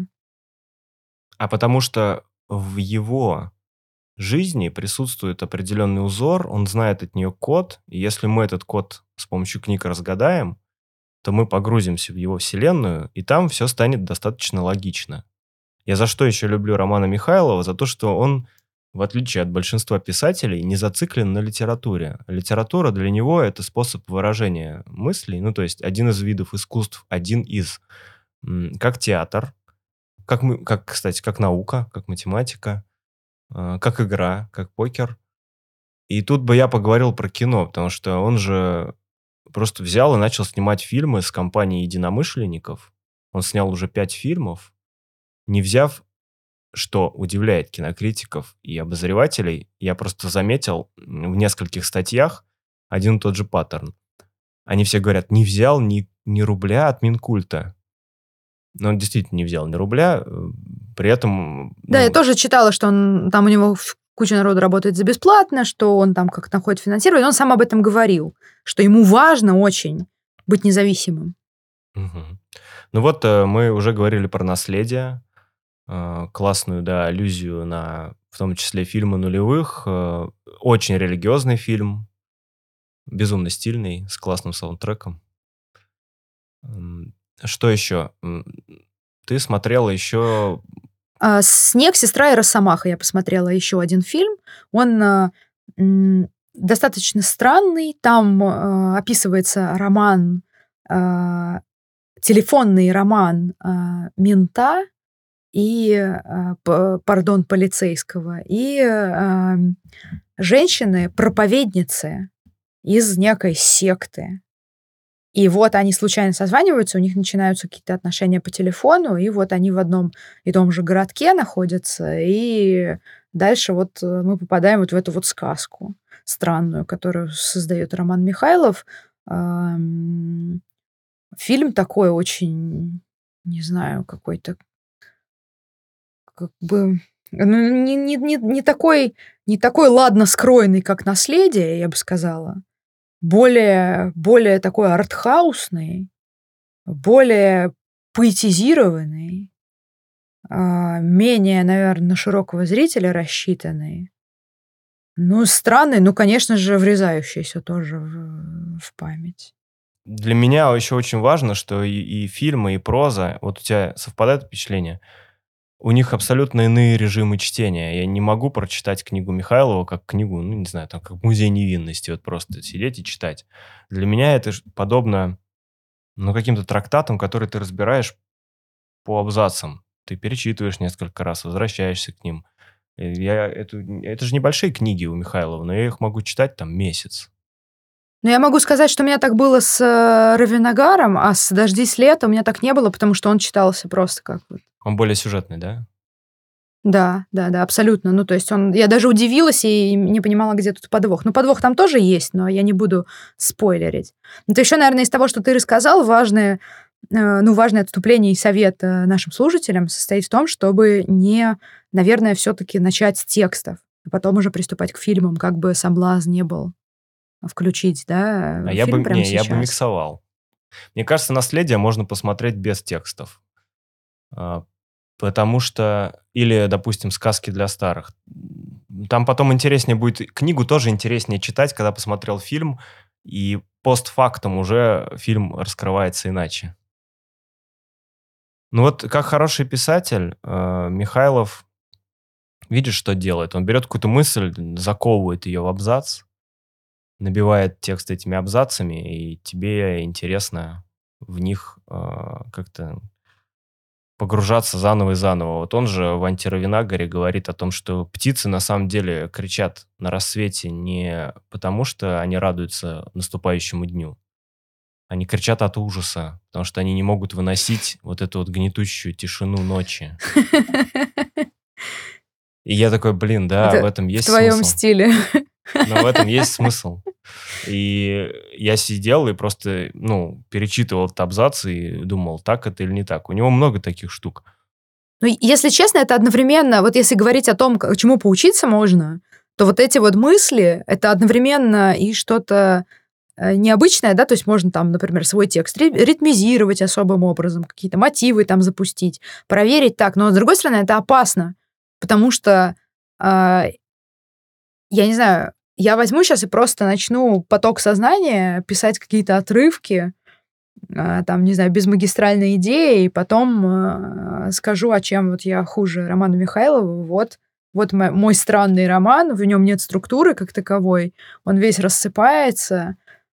Speaker 2: А потому что в его жизни присутствует определенный узор, он знает от нее код, и если мы этот код с помощью книг разгадаем, то мы погрузимся в его вселенную, и там все станет достаточно логично. Я за что еще люблю Романа Михайлова? За то, что он, в отличие от большинства писателей, не зациклен на литературе. Литература для него – это способ выражения мыслей, ну, то есть один из видов искусств, один из, как театр, кстати, как наука, как математика, как игра, как покер. И тут бы я поговорил про кино, потому что он же просто взял и начал снимать фильмы с компанией единомышленников. Он снял уже 5 фильмов, не взяв, что удивляет кинокритиков и обозревателей, я просто заметил в нескольких статьях один и тот же паттерн. Они все говорят, не взял ни рубля от Минкульта. Но он действительно не взял ни рубля, при этом...
Speaker 1: Да, я тоже читала, что там у него куча народу работает за бесплатно, что он там как-то находит финансирование. Он сам об этом говорил, что ему важно очень быть независимым.
Speaker 2: Угу. Ну вот мы уже говорили про наследие, классную, да, аллюзию на, в том числе, фильмы нулевых. Очень религиозный фильм, безумно стильный, с классным саундтреком. Что еще? Ты смотрела еще...
Speaker 1: «Снег, сестра и Росомаха» я посмотрела еще один фильм. Он достаточно странный. Там описывается роман, телефонный роман мента и, полицейского, и женщины-проповедницы из некой секты. И вот они случайно созваниваются, у них начинаются какие-то отношения по телефону, и вот они в одном и том же городке находятся, и дальше вот мы попадаем вот в эту вот сказку странную, которую создает Роман Михайлов. Фильм такой очень, не знаю, какой-то как бы не такой ладно скроенный, как «Наследие», я бы сказала. Более такой артхаусный, более поэтизированный, менее, наверное, на широкого зрителя рассчитанный. Ну, странный, ну, конечно же, врезающийся тоже в память.
Speaker 2: Для меня еще очень важно, что и фильмы, и проза, вот у тебя совпадает впечатление, у них абсолютно иные режимы чтения. Я не могу прочитать книгу Михайлова как книгу, ну, не знаю, там, как «Музей невинности», вот просто сидеть и читать. Для меня это подобно, ну, каким-то трактатам, которые ты разбираешь по абзацам. Ты перечитываешь несколько раз, возвращаешься к ним. Это же небольшие книги у Михайлова, но я их могу читать там месяц.
Speaker 1: Но я могу сказать, что у меня так было с Равенагаром, а с «Дождись лета» у меня так не было, потому что он читался просто как вот.
Speaker 2: Он более сюжетный, да?
Speaker 1: Да, абсолютно. Ну, то есть я даже удивилась и не понимала, где тут подвох. Ну, подвох там тоже есть, но я не буду спойлерить. Это еще, наверное, из того, что ты рассказал, важное отступление и совет нашим слушателям состоит в том, чтобы наверное, все-таки начать с текстов, а потом уже приступать к фильмам, как бы соблазн не был включить, да, фильм прямо сейчас.
Speaker 2: Я бы миксовал. Мне кажется, «Наследие» можно посмотреть без текстов. Потому что... Или, допустим, «Сказки для старых». Там потом интереснее будет... Книгу тоже интереснее читать, когда посмотрел фильм, и постфактум уже фильм раскрывается иначе. Ну вот как хороший писатель, Михайлов, видишь, что делает? Он берет какую-то мысль, заковывает ее в абзац, набивает текст этими абзацами, и тебе интересно в них как-то погружаться заново и заново. Вот он же в «Антиравинагаре» говорит о том, что птицы на самом деле кричат на рассвете не потому, что они радуются наступающему дню. Они кричат от ужаса, потому что они не могут выносить вот эту вот гнетущую тишину ночи. И я такой, блин, да, в
Speaker 1: Это
Speaker 2: этом
Speaker 1: в
Speaker 2: есть
Speaker 1: твоем
Speaker 2: смысл.
Speaker 1: стиле.
Speaker 2: Но в этом есть смысл. И я сидел и просто, перечитывал этот абзац и думал, так это или не так. У него много таких штук.
Speaker 1: Ну, если честно, это одновременно, вот если говорить о том, чему поучиться можно, то вот эти вот мысли, это одновременно и что-то необычное, да, то есть можно там, например, свой текст ритмизировать особым образом, какие-то мотивы там запустить, проверить так, но с другой стороны, это опасно, потому что, я не знаю, я возьму сейчас и просто начну поток сознания, писать какие-то отрывки, там, не знаю, без магистральной идеи, и потом скажу, а чем вот я хуже Романа Михайлова. Вот мой странный роман, в нем нет структуры как таковой, он весь рассыпается,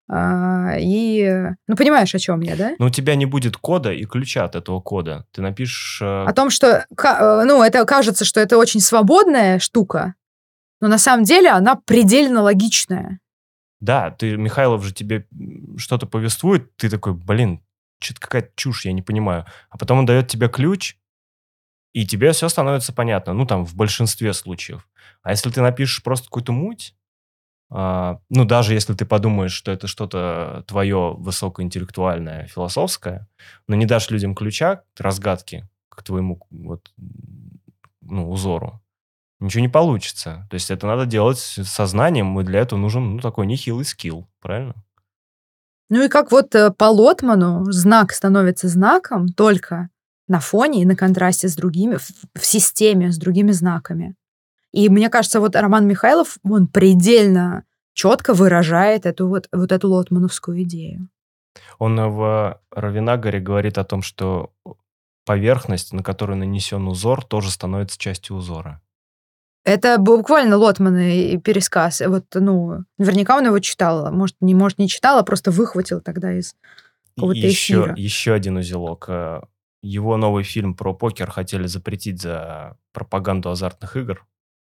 Speaker 1: ну, понимаешь, о чем я, да?
Speaker 2: Но у тебя не будет кода и ключа от этого кода. Ты напишешь...
Speaker 1: О том, что, ну, это кажется, что это очень свободная штука, но на самом деле она предельно логичная.
Speaker 2: Да, Михайлов же тебе что-то повествует, ты такой, блин, что-то какая-то чушь, я не понимаю. А потом он дает тебе ключ, и тебе все становится понятно. Ну, там, в большинстве случаев. А если ты напишешь просто какую-то муть, даже если ты подумаешь, что это что-то твое высокоинтеллектуальное, философское, но не дашь людям ключа, разгадки к твоему узору, ничего не получится. То есть это надо делать с сознанием, и для этого нужен такой нехилый скилл, правильно?
Speaker 1: Ну и как вот по Лотману знак становится знаком только на фоне и на контрасте с другими, в системе с другими знаками. И мне кажется, вот Роман Михайлов, он предельно четко выражает эту лотмановскую идею.
Speaker 2: Он в «Равинагаре» говорит о том, что поверхность, на которую нанесен узор, тоже становится частью узора.
Speaker 1: Это буквально Лотман и пересказ. Вот, наверняка он его читал. Может, не читал, а просто выхватил тогда из
Speaker 2: И
Speaker 1: какого-то эфира.
Speaker 2: еще один узелок. Его новый фильм про покер хотели запретить за пропаганду азартных игр.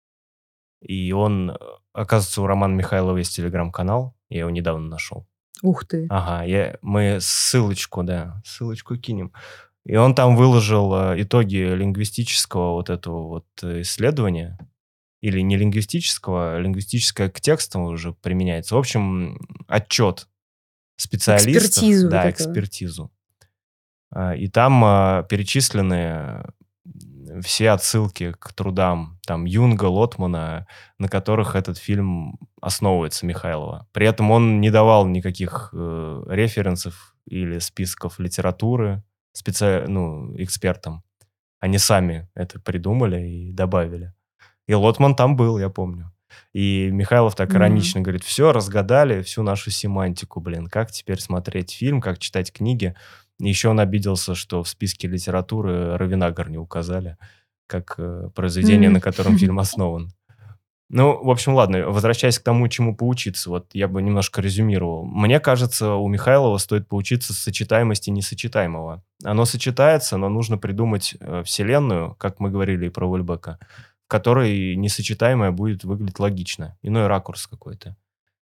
Speaker 2: И оказывается, у Романа Михайлова есть телеграм-канал. Я его недавно нашел.
Speaker 1: Ух ты.
Speaker 2: Ага, мы ссылочку кинем. И он там выложил итоги лингвистического вот этого вот исследования. Или не лингвистического, лингвистическое к текстам уже применяется. В общем, отчет специалистов.
Speaker 1: Экспертизу
Speaker 2: Да,
Speaker 1: вот эту.
Speaker 2: экспертизу. И там перечислены все отсылки к трудам там Юнга, Лотмана, на которых этот фильм основывается, Михайлова. При этом он не давал никаких референсов или списков литературы экспертам. Они сами это придумали и добавили. И Лотман там был, я помню. И Михайлов так иронично говорит, все, разгадали всю нашу семантику, блин, как теперь смотреть фильм, как читать книги. Еще он обиделся, что в списке литературы «Равинагар» не указали, как произведение, на котором фильм основан. Ну, в общем, ладно, возвращаясь к тому, чему поучиться, вот я бы немножко резюмировал. Мне кажется, у Михайлова стоит поучиться сочетаемости несочетаемого. Оно сочетается, но нужно придумать вселенную, как мы говорили и про Уэльбека, в которой несочетаемое будет выглядеть логично. Иной ракурс какой-то.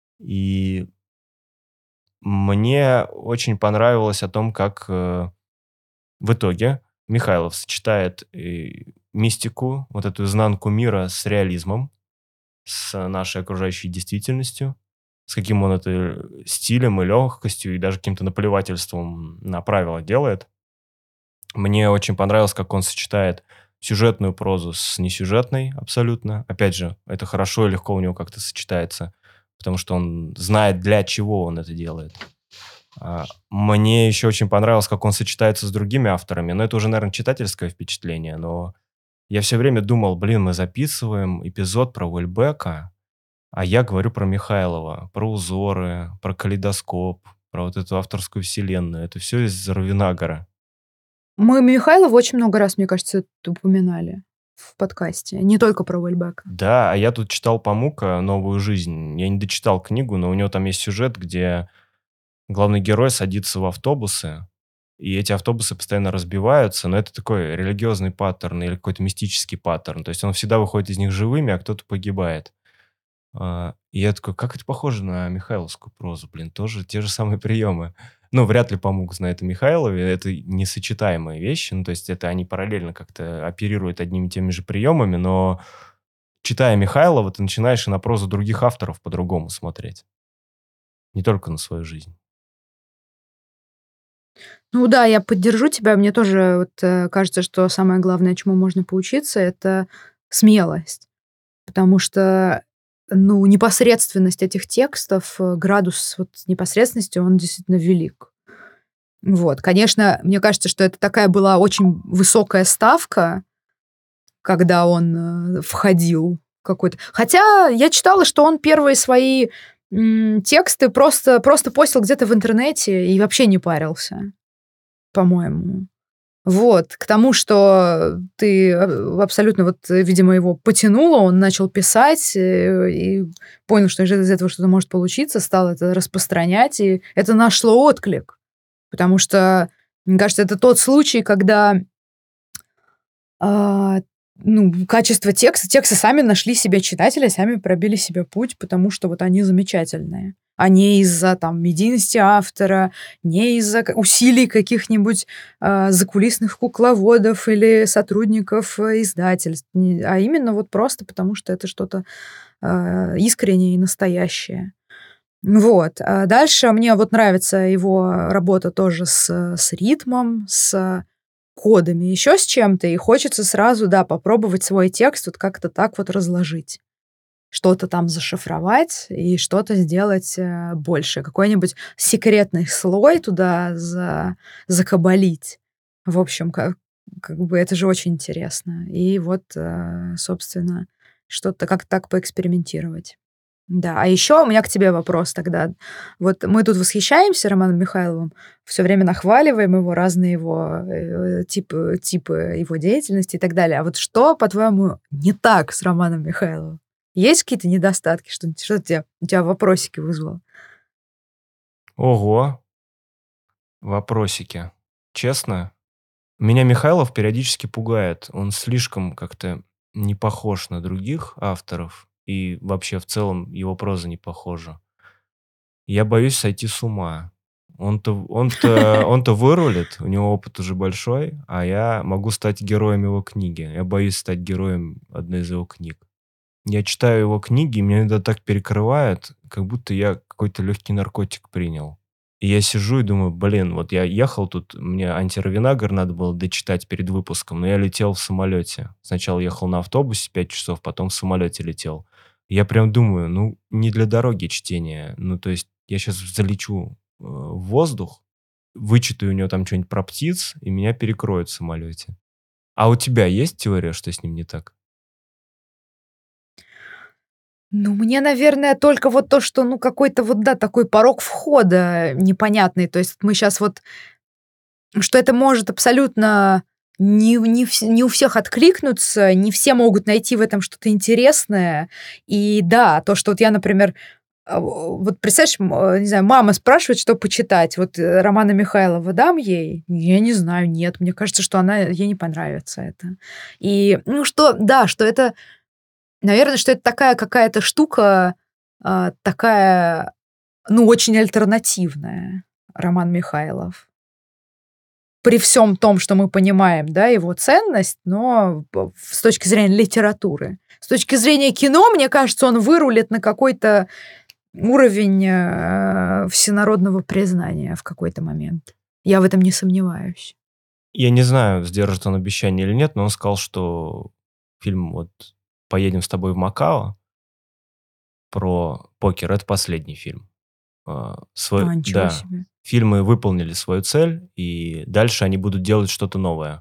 Speaker 2: И мне очень понравилось о том, как в итоге Михайлов сочетает мистику, вот эту изнанку мира с реализмом, с нашей окружающей действительностью, с каким он это стилем и легкостью, и даже каким-то наплевательством на правила делает. Мне очень понравилось, как он сочетает сюжетную прозу с несюжетной абсолютно. Опять же, это хорошо и легко у него как-то сочетается, потому что он знает, для чего он это делает. Мне еще очень понравилось, как он сочетается с другими авторами. Но это уже, наверное, читательское впечатление, но я все время думал, блин, мы записываем эпизод про Уэльбека, а я говорю про Михайлова, про узоры, про калейдоскоп, про вот эту авторскую вселенную. Это все из Равинагара.
Speaker 1: Мы Михайлова очень много раз, мне кажется, упоминали в подкасте. Не только про Уэльбека.
Speaker 2: Да, а я тут читал Памука «Новую жизнь». Я не дочитал книгу, но у него там есть сюжет, где главный герой садится в автобусы, и эти автобусы постоянно разбиваются, но это такой религиозный паттерн или какой-то мистический паттерн. То есть он всегда выходит из них живыми, а кто-то погибает. И я такой, как это похоже на михайловскую прозу, блин, тоже те же самые приемы. Ну, вряд ли Памук знает о Михайлове, это несочетаемые вещи, ну, то есть это они параллельно как-то оперируют одними и теми же приемами, но читая Михайлова, ты начинаешь и на прозу других авторов по-другому смотреть, не только на свою жизнь.
Speaker 1: Ну да, я поддержу тебя. Мне тоже кажется, что самое главное, чему можно поучиться, это смелость. Потому что, ну, непосредственность этих текстов, градус вот непосредственности, он действительно велик. Вот. Конечно, мне кажется, что это такая была очень высокая ставка, когда он входил в какой-то... Хотя я читала, что он первые свои тексты просто постил где-то в интернете и вообще не парился, по-моему. Вот, к тому, что ты абсолютно, вот, видимо, его потянуло, он начал писать и понял, что из этого что-то может получиться, стал это распространять, и это нашло отклик. Потому что, мне кажется, это тот случай, когда качество тексты сами нашли себе читателя, сами пробили себе путь, потому что вот они замечательные. А не из-за там медийности автора, не из-за усилий каких-нибудь закулисных кукловодов или сотрудников издательств, а именно вот просто потому, что это что-то искреннее и настоящее. Вот. А дальше мне вот нравится его работа тоже с ритмом, с кодами, еще с чем-то, и хочется сразу, да, попробовать свой текст вот как-то так вот разложить. Что-то там зашифровать и что-то сделать больше. Какой-нибудь секретный слой туда закабалить. В общем, как бы это же очень интересно. И вот, собственно, что-то как так поэкспериментировать. Да, а еще у меня к тебе вопрос тогда. Вот мы тут восхищаемся Романом Михайловым, все время нахваливаем его, разные его типы его деятельности и так далее. А вот что, по-твоему, не так с Романом Михайловым? Есть какие-то недостатки, что у тебя вопросики вызвало?
Speaker 2: Ого, вопросики. Честно, меня Михайлов периодически пугает. Он слишком как-то не похож на других авторов, и вообще в целом его проза не похожа. Я боюсь сойти с ума. Он-то вырулит, у него опыт уже большой, а я могу стать героем его книги. Я боюсь стать героем одной из его книг. Я читаю его книги, и меня иногда так перекрывает, как будто я какой-то легкий наркотик принял. И я сижу и думаю, блин, вот я ехал тут, мне антиравинагр надо было дочитать перед выпуском, но я летел в самолете. Сначала ехал на автобусе 5 часов, потом в самолете летел. Я прям думаю, ну, не для дороги чтение. Ну, то есть я сейчас залечу в воздух, вычитаю у него там что-нибудь про птиц, и меня перекроют в самолете. А у тебя есть теория, что с ним не так?
Speaker 1: Ну, мне, наверное, только вот то, что, ну, какой-то вот, да, такой порог входа непонятный. То есть мы сейчас вот, что это может абсолютно не у всех откликнуться, не все могут найти в этом что-то интересное. И да, то, что вот я, например, вот представляешь, не знаю, мама спрашивает, что почитать. Вот Романа Михайлова дам ей? Я не знаю, нет. Мне кажется, что ей не понравится это. И, ну, что, да, что это, наверное, что это такая какая-то штука, такая, ну, очень альтернативная, Роман Михайлов. При всем том, что мы понимаем, да, его ценность, но с точки зрения литературы. С точки зрения кино, мне кажется, он вырулит на какой-то уровень всенародного признания в какой-то момент. Я в этом не сомневаюсь.
Speaker 2: Я не знаю, сдержит он обещание или нет, но он сказал, что фильм вот «Поедем с тобой в Макао» про покер — это последний фильм.
Speaker 1: Ничего
Speaker 2: Да,
Speaker 1: себе.
Speaker 2: фильмы выполнили свою цель, и дальше они будут делать что-то новое.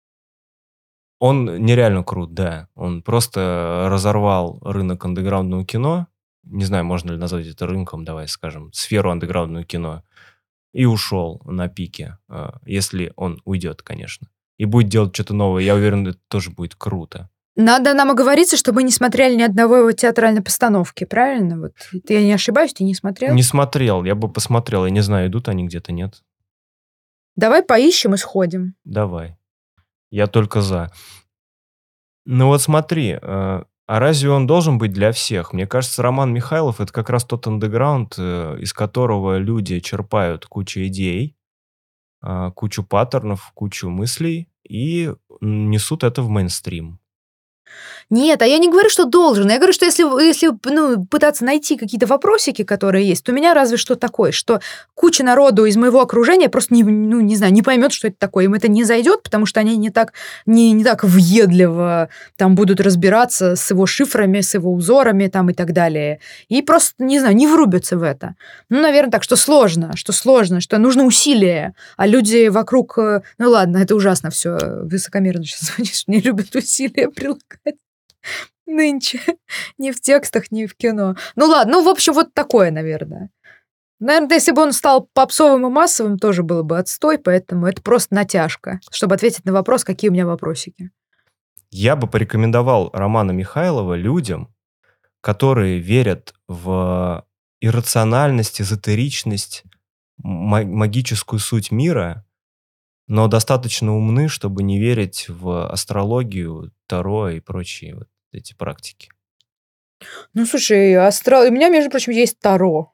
Speaker 2: Он нереально крут, да. Он просто разорвал рынок андеграундного кино. Не знаю, можно ли назвать это рынком, давай скажем, сферу андеграундного кино. и ушел на пике, если он уйдет, конечно. И будет делать что-то новое. Я уверен, это тоже будет круто.
Speaker 1: Надо нам оговориться, что мы не смотрели ни одного его театральной постановки, правильно? Вот я не ошибаюсь, ты не смотрел?
Speaker 2: Не смотрел, я бы посмотрел. Я не знаю, идут они где-то, нет.
Speaker 1: Давай поищем и сходим.
Speaker 2: Давай. Я только за. Ну вот смотри, а разве он должен быть для всех? Мне кажется, Роман Михайлов — это как раз тот андеграунд, из которого люди черпают кучу идей, кучу паттернов, кучу мыслей и несут это в мейнстрим.
Speaker 1: Нет, а я не говорю, что должен. Я говорю, что если пытаться найти какие-то вопросики, которые есть, то у меня разве что такое, что куча народу из моего окружения просто не знаю, не поймет, что это такое. Им это не зайдет, потому что они не так въедливо там будут разбираться с его шифрами, с его узорами там и так далее. И просто, не знаю, не врубятся в это. Ну, наверное, так, что сложно, что нужно усилие. А люди вокруг... Ну, ладно, это ужасно все высокомерно сейчас звучит, не любят усилия прилагать. Нынче. Ни в текстах, ни в кино. Ну ладно, в общем, вот такое, наверное. Наверное, если бы он стал попсовым и массовым, тоже было бы отстой, поэтому это просто натяжка, чтобы ответить на вопрос, какие у меня вопросики.
Speaker 2: Я бы порекомендовал Романа Михайлова людям, которые верят в иррациональность, эзотеричность, магическую суть мира, но достаточно умны, чтобы не верить в астрологию, таро и прочие вот эти практики.
Speaker 1: Ну, слушай, у меня, между прочим, есть таро.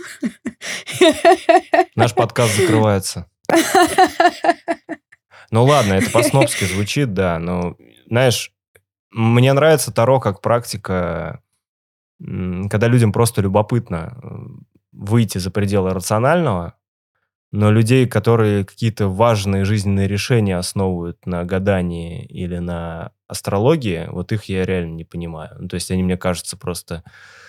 Speaker 2: Наш подкаст закрывается. Ну ладно, это по-снобски звучит, да, но, знаешь, мне нравится таро как практика, когда людям просто любопытно выйти за пределы рационального, но людей, которые какие-то важные жизненные решения основывают на гадании или на астрологии, вот их я реально не понимаю. Ну, то есть они, мне кажется, просто...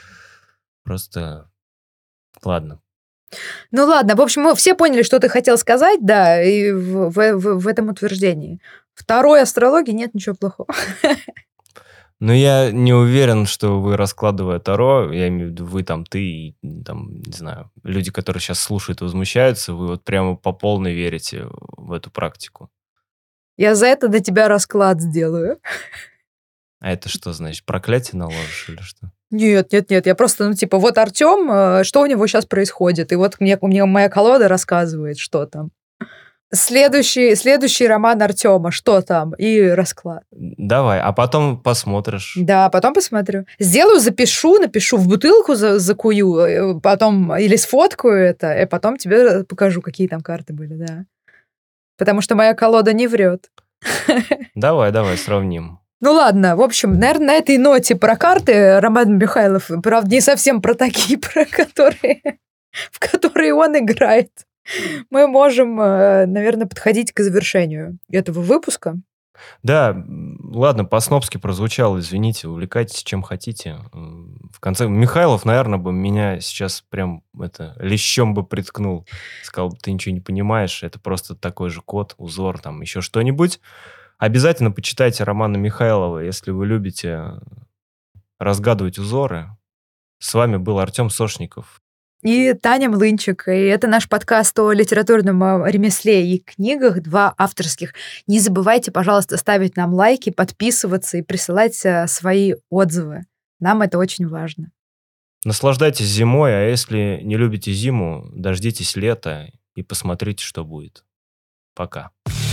Speaker 2: Ладно.
Speaker 1: Ну ладно, в общем, мы все поняли, что ты хотел сказать, да, и в этом утверждении. Второй астрологии нет ничего плохого.
Speaker 2: Но я не уверен, что вы, раскладывая таро, я имею в виду вы там, ты и там, не знаю, люди, которые сейчас слушают и возмущаются, вы вот прямо по полной верите в эту практику.
Speaker 1: Я за это до тебя расклад сделаю.
Speaker 2: А это что значит? Проклятие наложишь или что?
Speaker 1: Нет, я просто, вот Артём, что у него сейчас происходит, и вот мне моя колода рассказывает, что там. Следующий роман Артёма, что там, и расклад.
Speaker 2: Давай, а потом посмотришь.
Speaker 1: Да, потом посмотрю. Сделаю, напишу в бутылку, закую, потом или сфоткаю это, и потом тебе покажу, какие там карты были, да. Потому что моя колода не врет.
Speaker 2: Давай, сравним.
Speaker 1: Ну ладно, в общем, наверное, на этой ноте про карты Роман Михайлов, правда, не совсем про такие, в которые он играет, мы можем, наверное, подходить к завершению этого выпуска.
Speaker 2: Да, ладно, по-снобски прозвучало, извините, увлекайтесь чем хотите. В конце Михайлов, наверное, бы меня сейчас прям лещом бы приткнул. Сказал, ты ничего не понимаешь, это просто такой же код, узор, там еще что-нибудь. Обязательно почитайте Романа Михайлова, если вы любите разгадывать узоры. С вами был Артём Сошников.
Speaker 1: И Таня Млынчик. И это наш подкаст о литературном ремесле и книгах, 2 авторских. Не забывайте, пожалуйста, ставить нам лайки, подписываться и присылать свои отзывы. Нам это очень важно.
Speaker 2: Наслаждайтесь зимой, а если не любите зиму, дождитесь лета и посмотрите, что будет. Пока.